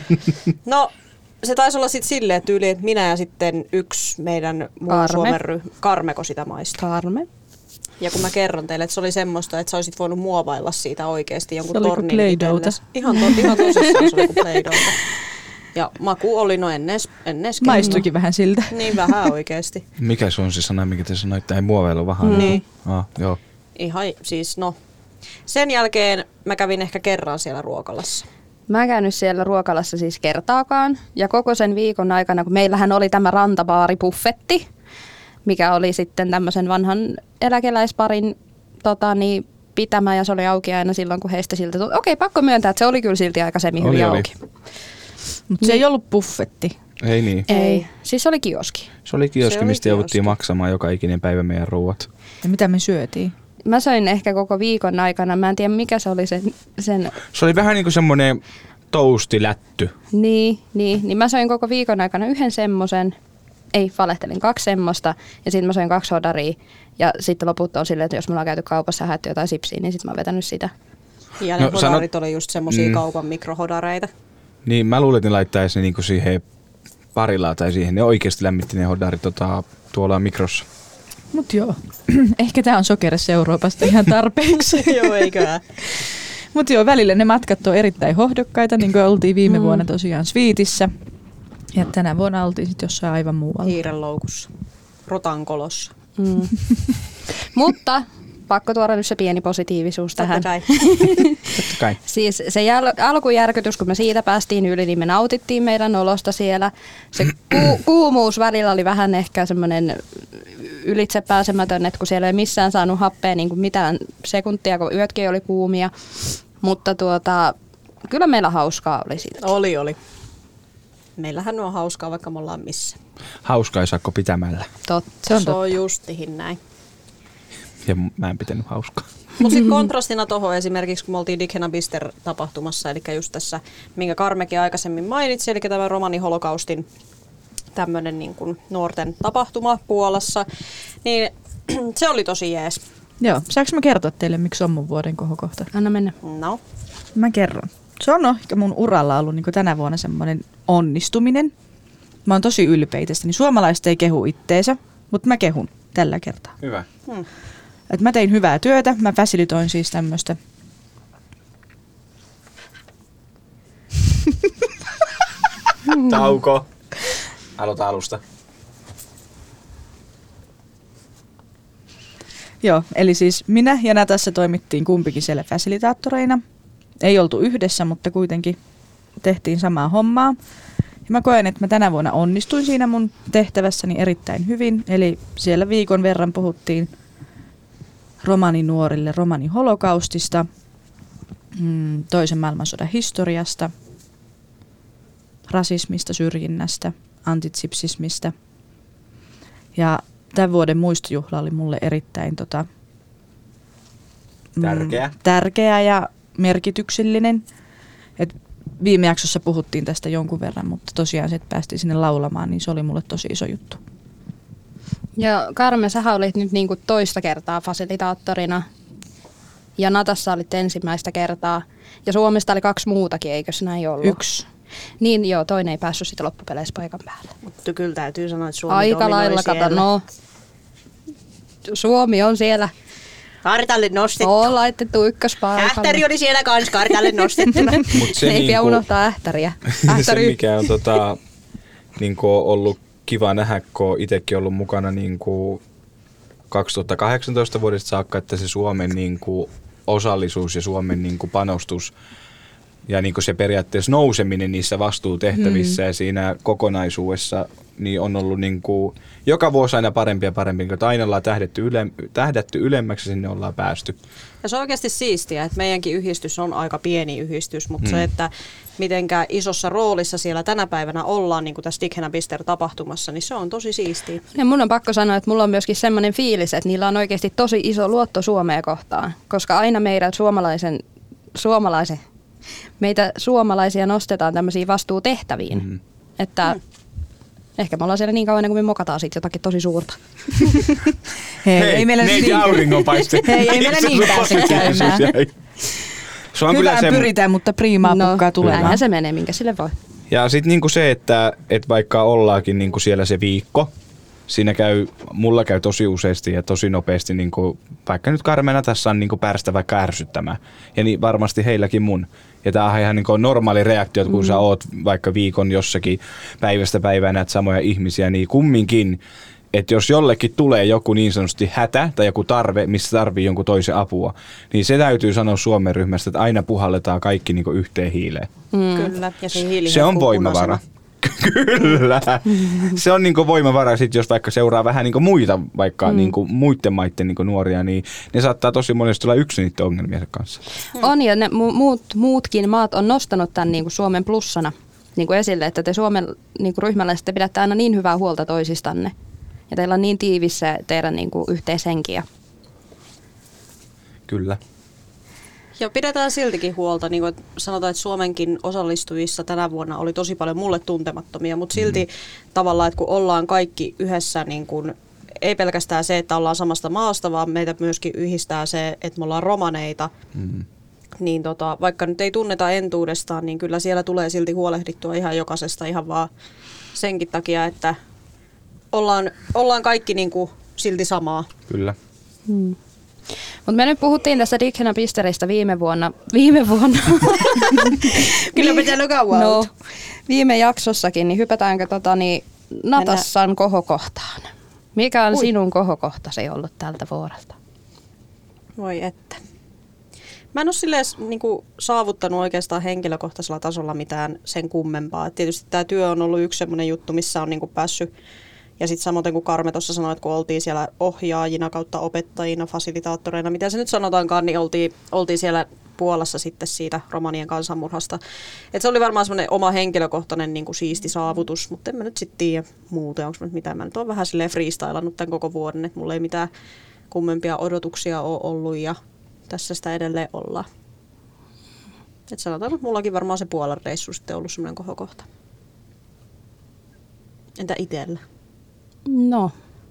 No, se taisi olla sitten silleen tyyli, että minä ja sitten yksi meidän muun Suomen Karmeko sitä maistaa. Karme. Ja kun mä kerron teille, että se oli semmoista, että sä olisit voinut muovailla siitä oikeasti jonkun se tornin Play-Doughta. Ihan tosissaan se oli kuin Play-Doughta. Ja maku oli ennes maistuikin vähän siltä. Niin vähän oikeasti. Mikä se on se sana, mikä te sanoitte, ei muoveilu vähän? Niin. Joo. Ihan siis no. Sen jälkeen mä kävin ehkä kerran siellä ruokalassa. Mä en käynyt siellä ruokalassa siis kertaakaan. Ja koko sen viikon aikana, kun meillähän oli tämä rantabaaripuffetti, mikä oli sitten tämmöisen vanhan eläkeläisparin pitämä ja se oli auki aina silloin, kun heistä siltä tuli. Okei, pakko myöntää, että se oli kyllä silti aikaisemmin hyvin auki. Mutta se ei ollut buffetti. Ei niin. Ei, siis se oli kioski. Se oli kioski, mistä jouduttiin maksamaan joka ikinen päivä meidän ruuat. Ja mitä me syötiin? Mä söin ehkä koko viikon aikana, mä en tiedä mikä se oli sen... Se oli vähän niin kuin semmoinen toustilätty. Niin mä söin koko viikon aikana yhden semmoisen. Ei, valehtelin 2 semmoista ja sitten mä söin 2 hodaria ja sitten loput on silleen, että jos mulla on käyty kaupassa ja haettu jotain sipsiä, niin sitten mä oon vetänyt sitä. Ja ne hodarit oli just semmosia kaupan mikrohodareita. Niin, mä luulen, että ne laittaisi ne niinku siihen parilla tai siihen. Ne oikeasti lämmitti ne hodarit tuolla mikrossa. Mut joo, ehkä tää on Sokeres Euroopasta ihan tarpeeksi. Joo, eiköhän. Mut joo, välillä ne matkat on erittäin hohdokkaita, niin kuin oltiin viime vuonna tosiaan Sviitissä. Ja tänä vuonna oltiin sitten jossain aivan muualla. Hiirenloukussa. Rotankolossa. Mutta pakko tuoda nyt se pieni positiivisuus tähän. Totta kai. Siis se alkujärkytys, kun me siitä päästiin yli, niin me nautittiin meidän olosta siellä. Se kuumuus välillä oli vähän ehkä semmoinen ylitsepääsemätön, että kun siellä ei missään saanut happea niin kuin mitään sekuntia, kun yötkin oli kuumia. Mutta kyllä meillä hauskaa oli silti. Oli. Meillähän on hauskaa, vaikka me ollaan missä. Hauskaa ei saakko pitämällä. Totta. Se on justihin näin. Ja mä en pitänyt hauskaa. Mutta sitten kontrastina tuohon esimerkiksi, kun me oltiin Dick Bister-tapahtumassa, eli just tässä, minkä Karmekin aikaisemmin mainitsi, eli tämä romaniholokaustin tämmöinen niin kuin nuorten tapahtuma Puolassa, niin se oli tosi jees. Joo, saanko mä kertoa teille, miksi on mun vuoden kohokohta? Anna mennä. No. Mä kerron. Se on ehkä mun uralla ollut niin tänä vuonna semmoinen onnistuminen. Mä oon tosi ylpeä tästä, niin suomalaiset ei kehu itteensä, mutta mä kehun tällä kertaa. Hyvä. Et mä tein hyvää työtä, mä fasilitoin siis tämmöistä. Tauko. Aloita alusta. Joo, eli siis minä ja Natassa toimittiin kumpikin siellä fasilitaattoreina. Ei oltu yhdessä, mutta kuitenkin tehtiin samaa hommaa. Ja mä koen, että mä tänä vuonna onnistuin siinä mun tehtävässäni erittäin hyvin. Eli siellä viikon verran puhuttiin romaninuorille romaniholokaustista, toisen maailmansodan historiasta, rasismista, syrjinnästä, antitsipsismistä. Ja tämän vuoden muistojuhla oli mulle erittäin tärkeä ja merkityksellinen. Et viime jaksossa puhuttiin tästä jonkun verran, mutta tosiaan se, että päästiin sinne laulamaan, niin se oli mulle tosi iso juttu. Ja Karme, sähän olit nyt niinku toista kertaa fasilitaattorina ja Natassa olit ensimmäistä kertaa ja Suomesta oli 2 muutakin, eikö se näin ollut? 1. Niin joo, toinen ei päässyt sitten loppupeleissä paikan päälle. Mutta kyllä täytyy sanoa, että Suomi Aika dominoi lailla, siellä. kato, no. Suomi on siellä. Kartalle nostettu. On laitettu ykköspaikalle. Ähtäri oli siellä kans kartalle nostettuna. Mut se Ei pidä unohtaa ähtäriä. se mikä on niinku ollut kiva nähdä, kun itsekin ollut mukana niinku 2018 vuodesta saakka, että se Suomen niinku osallisuus ja Suomen niinku panostus ja niinku se periaatteessa nouseminen niissä vastuutehtävissä ja siinä kokonaisuudessa niin on ollut niinku joka vuosi aina parempi ja parempi, kun aina ollaan tähdätty ylemmäksi ja sinne ollaan päästy. Ja se on oikeasti siistiä, että meidänkin yhdistys on aika pieni yhdistys, mutta se, että mitenkä isossa roolissa siellä tänä päivänä ollaan, niin kuin tässä Stighenä Bister-tapahtumassa, niin se on tosi siistiä. Ja mun on pakko sanoa, että mulla on myöskin semmoinen fiilis, että niillä on oikeasti tosi iso luotto Suomea kohtaan, koska aina meitä suomalaisia nostetaan tämmöisiin vastuutehtäviin, että ehkä me ollaan siellä niin kauan, kun me mokataan siitä jotakin tosi suurta. Hei, ei meillä neiti auringonpaiste. Hei, ei meillä niin pääse käymään. Hyvään pyritään, mutta priimaa pukkaa tulemaan. Näinhän se menee, minkä sille voi. Ja sitten niinku se, että vaikka ollaankin niinku siellä se viikko, siinä mulla käy tosi useasti ja tosi nopeasti, niinku, vaikka nyt Karmena tässä on niinku päästä vaikka ärsyttämään. Ja niin varmasti heilläkin mun. Ja tää on ihan niinku normaali reaktio, että kun sä oot vaikka viikon jossakin päivästä päivään näet samoja ihmisiä, niin kumminkin, että jos jollekin tulee joku niin sanotusti hätä tai joku tarve, missä tarvii jonkun toisen apua, niin se täytyy sanoa Suomen ryhmästä, että aina puhalletaan kaikki niinku yhteen hiileen. Kyllä, ja se on voimavara. Kyllä. Se on niinku voimavara, sit jos vaikka seuraa vähän niinku muita, vaikka niinku muiden maiden niinku nuoria, niin ne saattaa tosi monesti olla yksin niiden ongelmien kanssa. On, ja ne muutkin maat on nostanut tämän niinku Suomen plussana niinku esille, että te Suomen niinku ryhmäläiset pidätte aina niin hyvää huolta toisistanne. Ja teillä on niin tiivissä teidän niinku yhteishenkiä. Kyllä. Ja pidetään siltikin huolta, niin kuin sanotaan, että Suomenkin osallistujissa tänä vuonna oli tosi paljon mulle tuntemattomia, mutta silti tavallaan, että kun ollaan kaikki yhdessä, niin kuin, ei pelkästään se, että ollaan samasta maasta, vaan meitä myöskin yhdistää se, että me ollaan romaneita, niin vaikka nyt ei tunneta entuudestaan, niin kyllä siellä tulee silti huolehdittua ihan jokaisesta ihan vaan senkin takia, että ollaan kaikki niin kuin silti samaa. Kyllä. Mutta me nyt puhuttiin tässä Stighenä Bisteristä viime vuonna. Kyllä pitää kauan. No, viime jaksossakin, niin hypätäänkö Natassan kohokohtaan? Mikä on sinun kohokohtasi ollut tältä vuodelta? Voi että. Mä en ole silleen saavuttanut oikeastaan henkilökohtaisella tasolla mitään sen kummempaa. Et tietysti tämä työ on ollut yksi semmoinen juttu, missä on päässyt. Ja sitten samoin kuin Karme tuossa sanoi, että kun oltiin siellä ohjaajina kautta opettajina, fasilitaattoreina, mitä se nyt sanotaankaan, niin oltiin siellä Puolassa sitten siitä romanien kansanmurhasta. Et se oli varmaan semmoinen oma henkilökohtainen siisti saavutus, mutta en mä nyt sitten tiedä muuten, onko mitään. Mä nyt oon vähän silleen freestylannut tämän koko vuoden, että mulla ei mitään kummempia odotuksia ole ollut ja tässä sitä edelleen ollaan. Et sanotaan, että mullakin varmaan se Puolan reissu sitten ollut semmoinen kohokohta. Entä itsellä? No,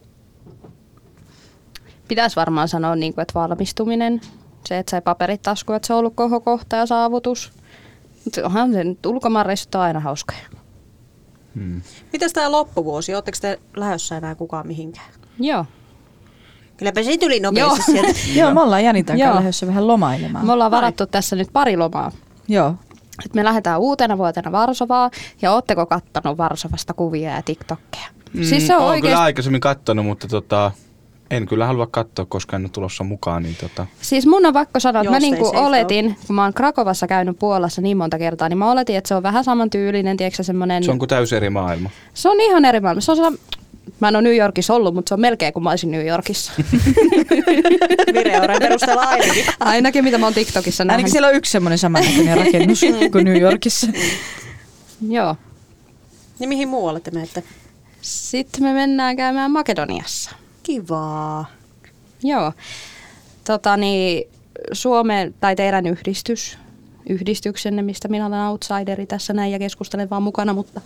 pitäisi varmaan sanoa, että valmistuminen, se, että sai paperit taskuun, että se on ollut kohokohta ja saavutus. Mutta onhan se nyt ulkomaanreissut aina hauskoja. Mitäs tämä loppuvuosi? Oletteko te lähdössä enää kukaan mihinkään? Joo. Kylläpä se tuli nopeasti sieltä. Joo, me ollaan Janitan kanssa lähdössä vähän lomailemaan. Me ollaan varattu tässä nyt pari lomaa. Joo. että me lähdetään uutena vuotena Varsovaan, ja ootteko kattonut Varsovasta kuvia ja TikTokkeja? Siis se on Olen kyllä aikaisemmin kattonut, mutta en kyllä halua katsoa, koska en ole tulossa mukaan. Niin Siis mun on pakko sanoa, että mä niinku Stay safe, oletin, kun mä oon Krakovassa käynyt Puolassa niin monta kertaa, niin mä oletin, että se on vähän samantyylinen, tiedätkö semmoinen... Se on kuin täysin eri maailma. Se on ihan eri maailma. Mä en ole New Yorkissa ollut, mutta se on melkein kuin mä olisin New Yorkissa. Vireoren perusteella ainakin. Ainakin mitä mä oon TikTokissa nähnyt. Ainakin siellä on yksi semmoinen samannäköinen rakennus kuin New Yorkissa. Joo. Niin mihin muualle te menette? Sitten me mennään käymään Makedoniassa. Kivaa. Joo. Suomen tai teidän yhdistyksenne, mistä minä olen outsideri tässä näin ja keskustelen vaan mukana, mutta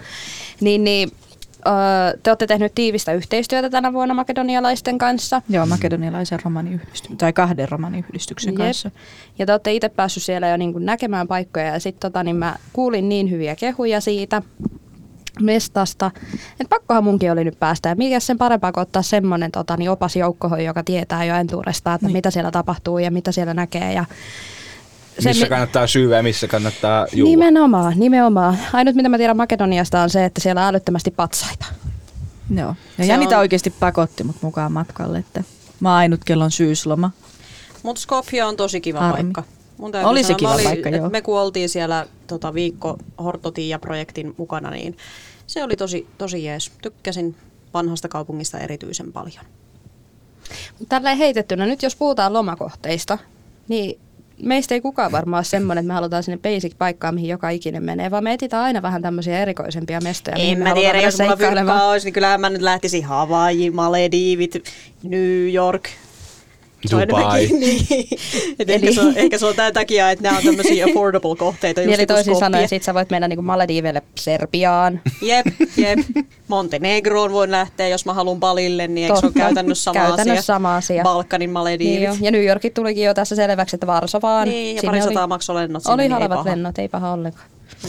te olette tehneet tiivistä yhteistyötä tänä vuonna makedonialaisten kanssa. Joo, makedonialaisen romaniyhdistyksen, tai 2 romaniyhdistyksen kanssa. Ja te olette itse päässyt siellä jo niin kuin näkemään paikkoja, ja sitten mä kuulin niin hyviä kehuja siitä mestasta, että pakkohan munkin oli nyt päästä. Ja mikä sen parempaa kuin ottaa semmoinen opas joukkohon, joka tietää jo entuudestaan, että mitä siellä tapahtuu ja mitä siellä näkee. Ja missä kannattaa syyä ja missä kannattaa juua. Nimenomaan. Ainut mitä mä tiedän Makedoniasta on se, että siellä on älyttömästi patsaita. Joo. Ja Janita oikeasti pakotti mut mukaan matkalle, että mä ainut kello on syysloma. Mutta Skopje on tosi kiva paikka. Oli se kiva paikka, joo. Me kun oltiin siellä viikko Hortotia-projektin mukana, niin se oli tosi jees. Tykkäsin vanhasta kaupungista erityisen paljon. Tälleen heitettynä, nyt jos puhutaan lomakohteista, niin meistä ei kukaan varmaan ole semmoinen, että me halutaan sinne basic-paikkaan, mihin joka ikinen menee, vaan me etsitään aina vähän tämmöisiä erikoisempia mestoja. En mä tiedä, jos mulla fyrkkaa olisi, niin kyllähän mä nyt lähtisin Hawaii, Malediivit, New York. Dubai. Niin. Ehkä se on tämän takia, että nämä on tämmöisiä affordable kohteita. Eli toisin sanoen, sit sä voit mennä niin Malediiveille Serbiaan. Jep. Montenegroon voin lähteä, jos mä haluan Balille, niin eikö se ole käytännössä sama asia? Balkanin Malediivit. Niin ja New Yorkit tulikin jo tässä selväksi, että Varsovaan. Niin, ja parisataa maksolennot sinne. Oli halvat lennot, ei paha ollenkaan.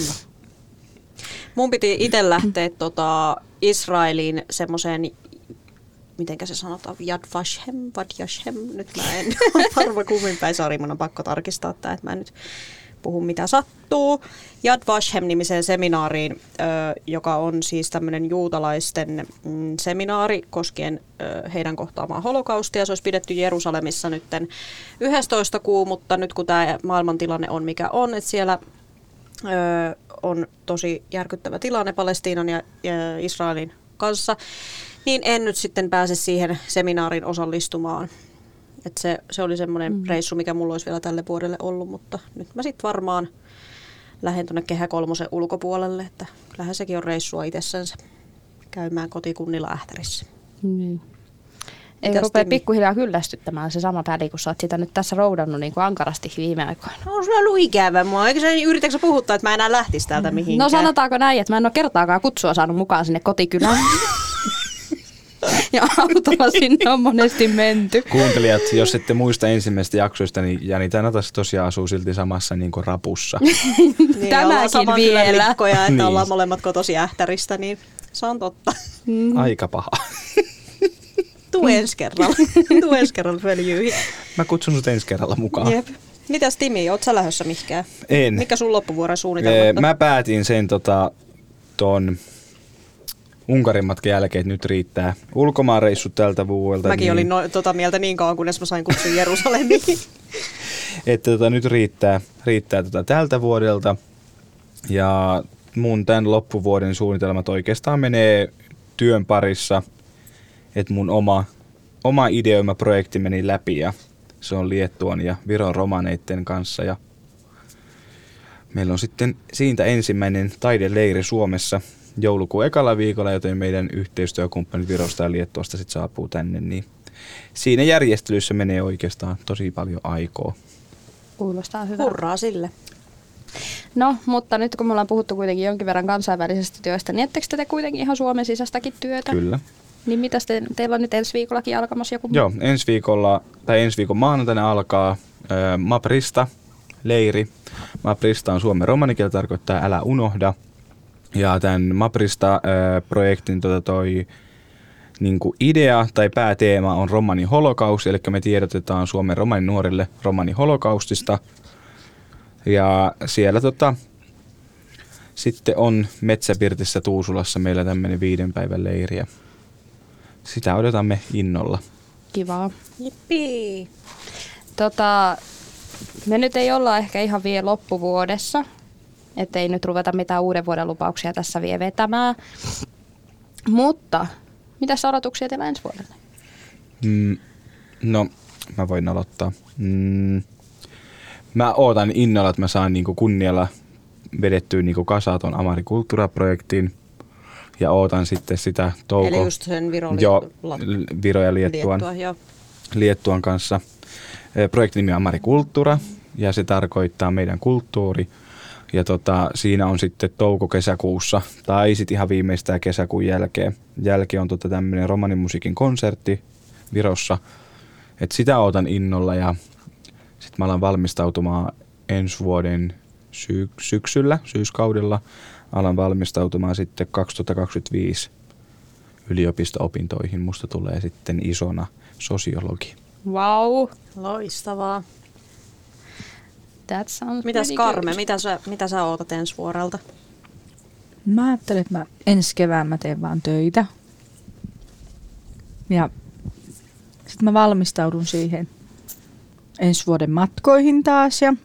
Mun piti itse lähteä Israeliin semmoiseen, mitenkä se sanotaan, Yad Vashem, nyt mä en varma kummin päin, sori, mun on pakko tarkistaa tämä, että mä en nyt puhu mitä sattuu. Yad Vashem-nimiseen seminaariin, joka on siis tämmöinen juutalaisten seminaari koskien heidän kohtaamaan holokaustia. Se olisi pidetty Jerusalemissa nytten 11 kuu, mutta nyt kun tämä maailmantilanne on mikä on, että siellä on tosi järkyttävä tilanne Palestiinan ja Israelin kanssa, niin en nyt sitten pääse siihen seminaariin osallistumaan. Et se oli semmoinen reissu, mikä mulla olisi vielä tälle vuodelle ollut, mutta nyt mä sitten varmaan lähden tuonne Kehä Kolmosen ulkopuolelle, että kyllähän sekin on reissua itsessänsä käymään kotikunnilla Ähtärissä. Eikö rupea pikkuhiljaa kyllästyttämään se sama pädi, kun sä oot sitä nyt tässä roudannut niin kuin ankarasti viime aikoina? On sulla ollut ikävä mua. Eikö sä yritätkö puhuttaa, että mä enää lähtisi täältä mihinkään? No sanotaanko näin, että mä en ole kertaakaan kutsua saanut mukaan sinne kotikylään. Ja autolla sinne on monesti menty. Kuuntelijat, jos ette muista ensimmäistä jaksoista, niin Janita ja Natas tosiaan asuu silti samassa niin kuin rapussa. Niin, tämäkin vielä. Että niin. ollaan molemmat kotosi Ähtäristä, niin se on totta. Aika paha. Tuu ensi kerralla följyihin. Mä kutsun sut ensi kerralla mukaan. Jep. Mitäs Timi, oot sä lähdössä mihinkään? En. Mikä sun loppuvuoren suunnitelma? Mä päätin sen ton Unkarin matkan jälkeen, että nyt riittää ulkomaanreissut tältä vuodelta. Mäkin olin mieltä niin kauan, kunnes mä sain kutsun Jerusalemiin. Että nyt riittää tältä vuodelta. Ja mun tämän loppuvuoden suunnitelmat oikeastaan menee työn parissa. Että mun oma ideoima projekti meni läpi ja se on Liettuan ja Viron romaneitten kanssa. Ja meillä on sitten siitä ensimmäinen taideleiri Suomessa joulukuun ekalla viikolla, joten meidän yhteistyökumppanit Virosta ja Liettuasta sitten saapuu tänne. Niin siinä järjestelyssä menee oikeastaan tosi paljon aikaa. Kuulostaa hyvältä. Hurraa sille. No, mutta nyt kun me ollaan puhuttu kuitenkin jonkin verran kansainvälisestä työstä, niin ettekö te kuitenkin ihan Suomen sisäistäkin työtä? Kyllä. Niin mitäs teillä on nyt ensi viikollakin alkamassa joku? Joo, ensi viikon maanantaina alkaa Maprista-leiri. Maprista on suomen romanikieltä, tarkoittaa älä unohda. Ja tämän Maprista-projektin niinku idea tai pääteema on romaniholokaus, eli me tiedotetaan Suomen romaninuorille romaniholokaustista. Ja siellä Sitten on Metsäpirtissä Tuusulassa meillä tämmöinen 5 päivän leiri ja sitä odotamme innolla. Kivaa. Jippii. Me nyt ei olla ehkä ihan vielä loppuvuodessa, ettei nyt ruveta mitään uuden vuoden lupauksia tässä vielä vetämään. Mutta mitäs odotuksia teillä ensi vuodelle? No, mä voin aloittaa. Mä ootan innolla, että mä saan niinku kunnialla vedettyä niinku kasaan ton Amari Kulttuura-projektin ja ootan sitten sitä Eli just sen Viro ja Liettuan kanssa. Projektin nimi on Amari Kulttuura ja se tarkoittaa meidän kulttuuri. Ja siinä on sitten touko-kesäkuussa tai sitten ihan viimeistään kesäkuun jälkeen on tämmöinen romanimusiikin konsertti Virossa. Et sitä ootan innolla ja sitten mä alan valmistautumaan ensi vuoden syyskaudella. Alan valmistautumaan sitten 2025 yliopisto-opintoihin. Musta tulee sitten isona sosiologi. Wow. Loistavaa. That sounds Mitäs really Karme, good. mitä sä ootat ensi vuorelta? Mä ajattelin, että ensi kevään mä teen vaan töitä. Ja sitten mä valmistaudun siihen ensi vuoden matkoihin taas. Ja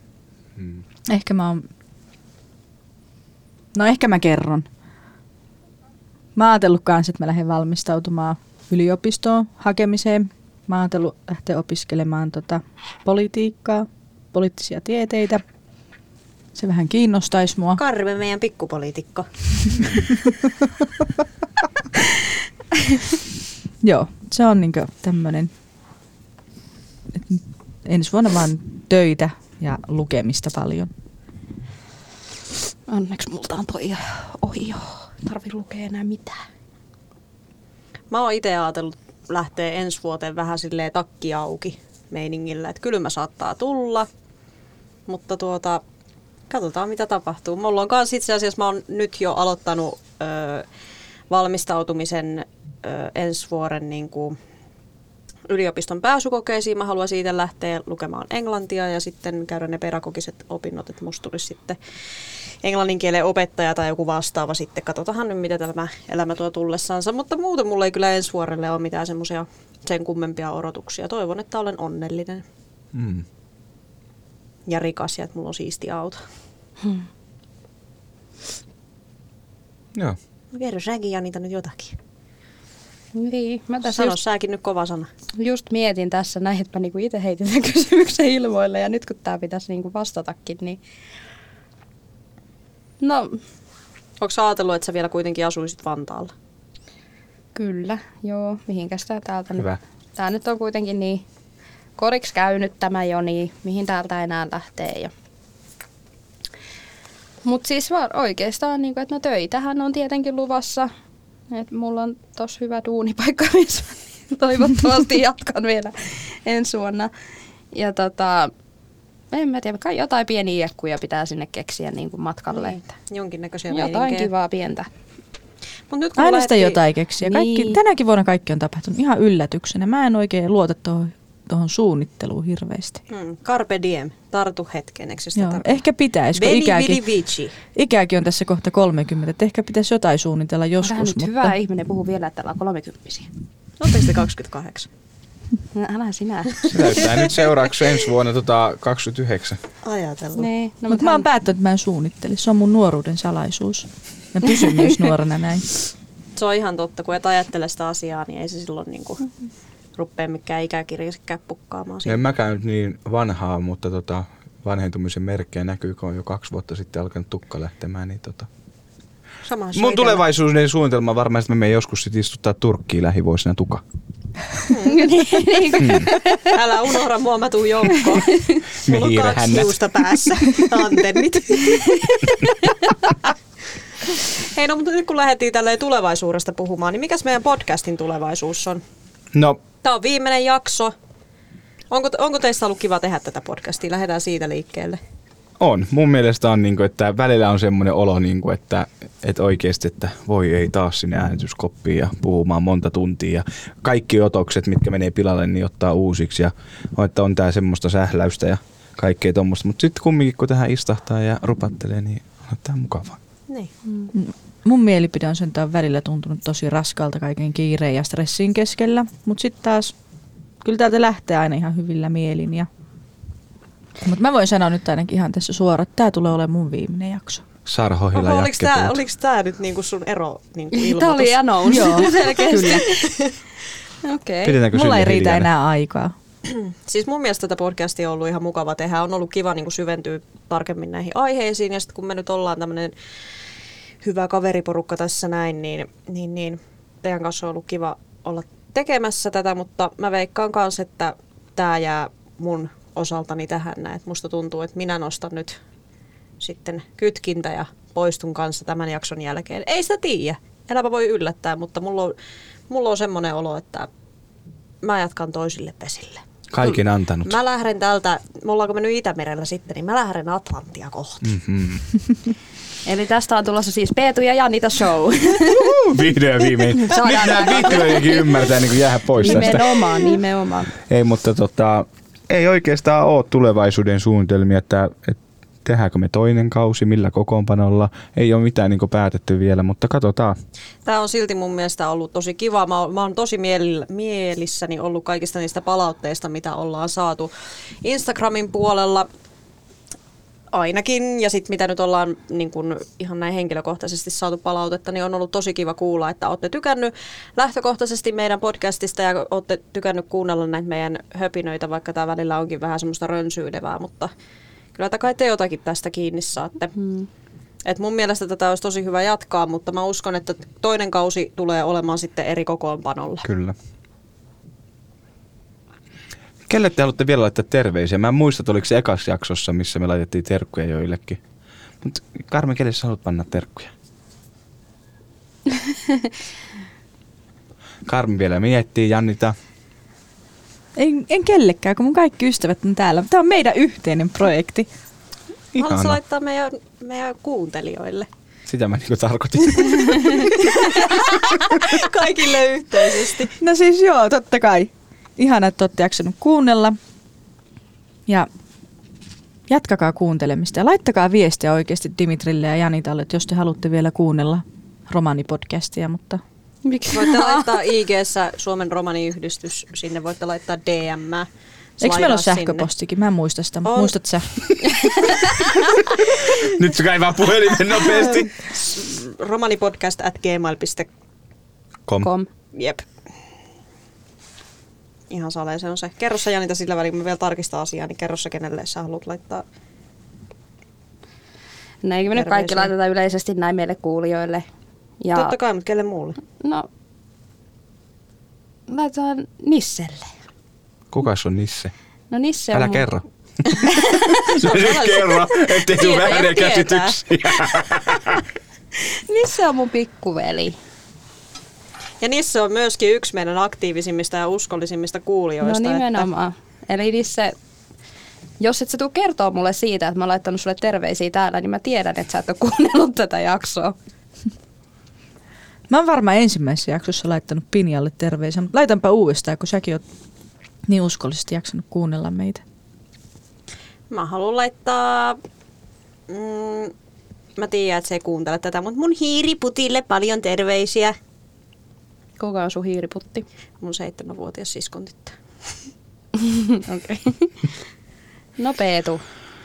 ehkä mä kerron. Mä ajatellut kanssa, että mä lähden valmistautumaan yliopistoon hakemiseen. Mä ajatellut lähteä opiskelemaan politiikkaa, poliittisia tieteitä. Se vähän kiinnostaisi mua. Karme, meidän pikkupoliitikko. Joo, se on niinku tämmönen, että ensi vuonna vaan töitä ja lukemista paljon. Onneksi multa on toi ohi jo. Tarvi lukea enää mitään. Mä oon itse ajatellut lähteä ensi vuoteen vähän silleen takki auki meiningillä, että kylmä saattaa tulla, mutta katsotaan mitä tapahtuu. Mulla on kans itse asiassa, mä oon nyt jo aloittanut valmistautumisen ensi vuoden niin kuin yliopiston pääsykokeisiin. Mä haluan siitä lähteä lukemaan englantia ja sitten käydä ne pedagogiset opinnot, että musta tulisi sitten englannin kielen opettaja tai joku vastaava sitten. Katsotaan nyt, mitä tämä elämä tuo tullessansa. Mutta muuten mulla ei kyllä ensi vuorelle ole mitään semmoisia sen kummempia odotuksia. Toivon, että olen onnellinen ja rikas ja että mulla on siisti auto. Joo. Kerro säkin Janita nyt jotakin. Niin, mä tässä Sano säkin nyt kova sana. just mietin tässä näin, että mä niinku itse heitin tämän kysymyksen ilmoille ja nyt kun tää pitäisi niinku vastatakin, niin no Onko sä ajatellut, että sä vielä kuitenkin asuisit Vantaalla? kyllä, joo, mihinkäs tää täältä Hyvä. nyt. Tää nyt on kuitenkin niin koriksi käynyt tämä jo, niin mihin täältä enää lähtee. Mutta siis oikeastaan, niin että no töitähän on tietenkin luvassa. Et mulla on tossa hyvä duunipaikka, missä toivottavasti jatkan vielä ensi vuonna. Ja en mä tiedä, kai jotain pieniä iekkuja pitää sinne keksiä niin kuin matkalle. Niin, jonkinnäköisiä Jotain meininkejä. kivaa pientä. Mut nyt kun Aina sitä lähdettiin- jotain keksiä. Niin. Tänäkin vuonna kaikki on tapahtunut ihan yllätyksenä. Mä en oikein luota tuohon suunnitteluun hirveästi. Carpe diem, tartu hetken, eikö se sitä Joo, tarkoita? ehkä pitäisi, kun Veni vidi vici. ikäkin on tässä kohta 30, että ehkä pitäisi jotain suunnitella Tähän joskus. nyt Mutta hyvä ihminen puhuu vielä, että täällä on 30. Oletteko te 28? No, älä sinä. Se näyttää nyt seuraavaksi ensi vuonna 29. Ajatellut. Niin, no, mä oon päättänyt, että mä en suunnittele. Se on mun nuoruuden salaisuus. Mä pysyn myös nuorena näin. Se on ihan totta, kun et ajattele sitä asiaa, niin ei se silloin niinku rupea mikään ikäkirjasikään pukkaamaan En siitä. mäkään nyt niin vanhaa, mutta vanhentumisen merkkejä näkyy, kun on jo 2 vuotta sitten alkanut tukka lähtemään. Niin Sama se on Mun itellä. tulevaisuuden suunnitelma on varmaan, että mä menen joskus sit istuttaa Turkkiin lähivuosina tuka. Älä unohda mua, mä tuun joukkoon. Mulla on 2 hiirehännät. hiusta päässä, antennit. Hei, no mutta nyt kun lähdettiin tälleen tulevaisuudesta puhumaan, niin mikäs meidän podcastin tulevaisuus on? No, Tämä on viimeinen jakso. Onko teistä ollut kiva tehdä tätä podcastia? Lähdetään siitä liikkeelle. on. Mun mielestä on, niin kuin, että välillä on semmoinen olo, niin kuin, että oikeasti, että voi ei taas sinne äänityskoppiin ja puhumaan monta tuntia. Ja kaikki otokset, mitkä menee pilalle, niin ottaa uusiksi. Ja että on tää semmoista sähläystä ja kaikkea tommoista. Mutta sitten kumminkin, kun tähän istahtaa ja rupattelee, niin on tää mukavaa. Niin. Mun mielipide on sentään välillä tuntunut tosi raskalta kaiken kiireen ja stressin keskellä, mutta sitten taas kyllä täältä lähtee aina ihan hyvillä mielin. Mutta mä voin sanoa nyt ainakin ihan tässä suoraan, että tää tulee olemaan mun viimeinen jakso. Saara Hohila jatketaan. Oliko tää nyt niinku sun ero niinku ilmoitus? Tämä oli anous. Joo, selkeästi. Okei. Pidetäänkö Mulla ei Silja riitä hiljainen? enää aikaa. Siis mun mielestä tätä podcastia on ollut ihan mukava tehdä. On ollut kiva niinku syventyä tarkemmin näihin aiheisiin. Ja sitten kun me nyt ollaan tämmönen hyvä kaveriporukka tässä näin, niin teidän kanssa on ollut kiva olla tekemässä tätä. Mutta mä veikkaan kanssa, että tää jää mun osaltani tähän näin. Musta tuntuu, että minä nostan nyt sitten kytkintä ja poistun kanssa tämän jakson jälkeen. Ei sitä tiedä. Elämä voi yllättää, mutta mulla on semmoinen olo, että mä jatkan toisille vesille. Kaiken antanut. Mä lähden täältä, me ollaanko mennyt Itämerellä sitten, niin mä lähden Atlantia kohti. Mm-hmm. Eli tästä on tulossa siis Peetu ja Janita show. Vihdoin ja viimein. Nyt nää vihdoinkin ymmärtää niin jäädä pois tästä. Nimenomaan. Ei, mutta ei oikeastaan ole tulevaisuuden suunnitelmia, että tehdäänkö me toinen kausi, millä kokoonpanolla. Ei ole mitään niin päätetty vielä, mutta katsotaan. Tämä on silti mun mielestä ollut tosi kiva. Mä oon tosi mielissäni ollut kaikista niistä palautteista, mitä ollaan saatu Instagramin puolella ainakin. Ja sitten mitä nyt ollaan niin kun ihan näin henkilökohtaisesti saatu palautetta, niin on ollut tosi kiva kuulla, että olette tykännyt lähtökohtaisesti meidän podcastista ja olette tykännyt kuunnella näitä meidän höpinöitä, vaikka tämä välillä onkin vähän semmoista rönsyilevää, mutta kyllä kai te jotakin tästä kiinni saatte. Et mun mielestä tätä olisi tosi hyvä jatkaa, mutta mä uskon, että toinen kausi tulee olemaan sitten eri kokoonpanolla. Kyllä. Kelle te haluatte vielä laittaa terveisiä? Mä en muista, että oliko se ekassa jaksossa, missä me laitettiin terkkuja joillekin. Mutta Karmen, kelle sä haluat panna terkkuja? Karmen vielä miettii, Jannita. En kellekään, kun mun kaikki ystävät on täällä. Tämä on meidän yhteinen projekti. Haluatko Ihana. laittaa meidän kuuntelijoille? Sitä mä niinku tarkoitin. Kaikille yhteisesti. No siis joo, totta kai. Ihana, että olette jaksanut kuunnella. Ja jatkakaa kuuntelemista ja laittakaa viestiä oikeasti Dimitrille ja Janitalle, että jos te haluatte vielä kuunnella romanipodcastia, mutta Miksi? Voitte laittaa IG:ssä Suomen romaniyhdistys, sinne voitte laittaa DM. eikö meillä ole sähköpostikin? Mä en muista sitä, mutta On. muistat sä? Nyt se kaivaa puhelimen nopeasti. romanipodcast@gmail.com. Jep. Ihan salee se on se. Kerro sä Janita sillä välin, kun mä vielä tarkistan asiaa, niin kerro sä kenelle sä haluat laittaa. No eikö me nyt kaikki Terveisiä. laiteta yleisesti näin meille kuulijoille. Ja Totta kai, mutta kelle muulle? no, laitetaan Nisselle. Kukas on Nisse? No Nisse on Älä mun- kerro. Se nyt kerro, ettei tule Tietää, vääriä tietää. käsityksiä. Nisse on mun pikkuveli. Ja Nisse on myöskin yksi meidän aktiivisimmista ja uskollisimmista kuulijoista. No nimenomaan. Eli Nisse, jos et sä tuu kertoa mulle siitä, että mä oon laittanut sulle terveisiä täällä, niin mä tiedän, että sä et ole kuunnellut tätä jaksoa. Mä oon varmaan ensimmäisessä jaksossa laittanut Pinjalle terveisiä, mutta laitanpa uudestaan, kun säkin oot niin uskollisesti jaksanut kuunnella meitä. Mä haluan laittaa... mä tiedän, että se ei kuuntele tätä, mutta mun hiiriputille paljon terveisiä. Kuka on sun hiiriputti? Mun 7-vuotias siskon tyttö. Okei. No Peetu.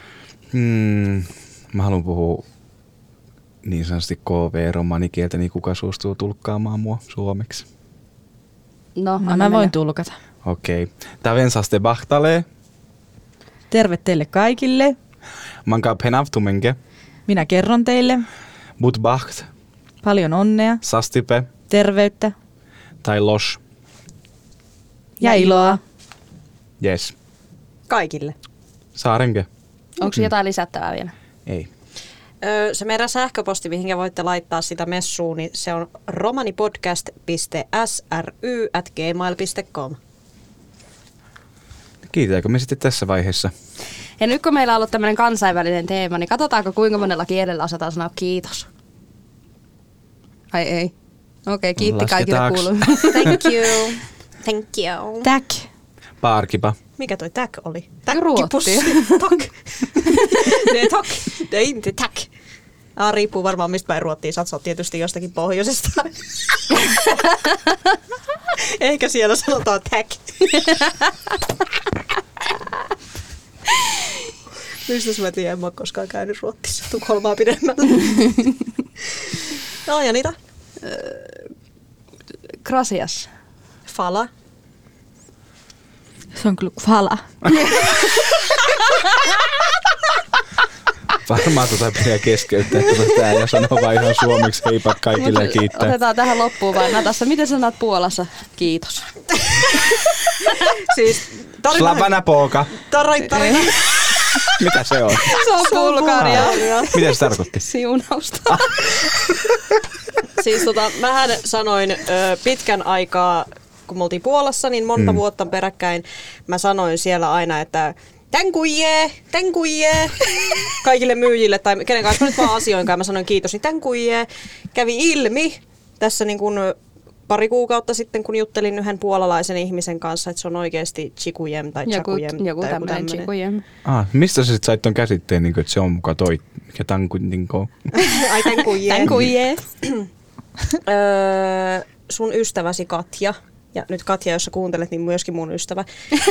Mä haluan puhua niin sanotusti KV-romanikieltä, niin kuka suostuu tulkkaamaan mua suomeksi. No, No, anna mä voin mennä. tulkata. Okei. Tavensaste bahtalee. Terve teille kaikille. Man kan penavtumenke. Minä kerron teille. Mut baht. Paljon onnea, Sastipe. terveyttä Tai los. ja iloa. Yes. Kaikille. Saarenke? Onko jotain lisättävää vielä? Ei. Se meidän sähköposti, mihin voitte laittaa sitä messuun, niin se on romanipodcast.sry@gmail.com. Kiitetäänkö me sitten tässä vaiheessa? Ja nyt kun meillä on ollut tämmöinen kansainvälinen teema, niin katsotaanko kuinka monella kielellä osataan sanoa kiitos. Ai ei. Okei, kiitti kaikille Lasketaanko? kuulumille. Thank you. Thank you. Tack. Parkipa. Mikä toi tag oli? Ruotti. Tack. Det är tack. Det är inte tack. Riippuu varmaan mistä päin Ruottiin. Sä oot tietysti jostakin pohjoisesta. Ehkä siellä sanotaan täk. Mistä mä tiedän, en mä oon koskaan käynyt Ruotsissa Tukholmaa pidemmällä. No ja niitä? Gracias. Fala. Se on kyllä fala. Varmaan pitää keskeyttää tää ja sanoa vaan ihan suomeksi heipat kaikille ja kiittää. Otetaan tähän loppuun vaan Natassa. Miten sanot Puolassa? Kiitos. Siis, Slavana poika. Tarai. Mitä se on? Se on Bulgaria. Mitä se tarkoitti? Siunausta. Siis mähän sanoin pitkän aikaa, kun me oltiin Puolassa, niin monta vuotta peräkkäin mä sanoin siellä aina, että tän kujee, kaikille myyjille tai kenen kanssa mä nyt vaan asioinkaan, mä sanoin kiitos, niin tän kujee. Kävi ilmi tässä niin kuin pari kuukautta sitten, kun juttelin yhden puolalaisen ihmisen kanssa, että se on oikeasti chikujem tai chakujem. Joku tämmöinen chikujem. Mistä sä sit sait ton käsitteen, niin että se on muka toi, mikä tankuintinko? Ai tän kujee. Tän kujee. Sun ystäväsi Katja, ja nyt Katja, jos sä kuuntelet, niin myöskin mun ystävä.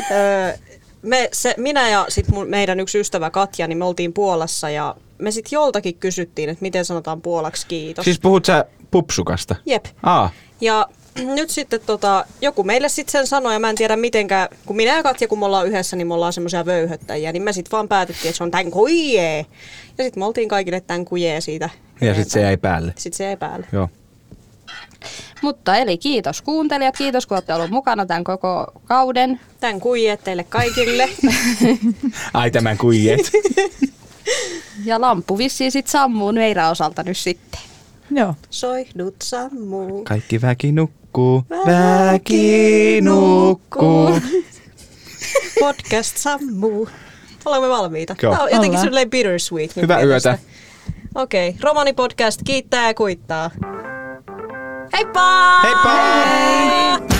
Minä ja sit meidän yksi ystävä Katja, niin me oltiin Puolassa ja me sit joltakin kysyttiin, että miten sanotaan puolaksi kiitos. Siis puhut sä pupsukasta? Jep. Ja nyt sitten joku meille sitten sen sanoi, ja mä en tiedä mitenkään, kun minä ja Katja, kun me ollaan yhdessä, niin me ollaan semmoisia vöyhöttäjiä, niin me sitten vaan päätettiin, että se on tän kujee. Ja sitten me oltiin kaikille tän kujee siitä. Ja sitten se jäi päälle. Sitten se jäi päälle. Joo. Mutta eli kiitos kuuntelijat, kiitos kun olette olleet mukana tämän koko kauden. Tän kujeet teille kaikille. Ai tämän kujeet. Ja lamppu vissiin sit sammuu meidän osalta nyt sitten. Joo. Soihdut sammuu. Kaikki väki nukkuu. Väki nukkuu. Podcast sammuu. Olemme valmiita. Joo. Tämä on jotenkin Ollaan. sellainen bittersweet. mun Hyvää mielestä. yötä. Okei, Romanipodcast kiittää ja kuittaa. Heippa! Heippa! Hei!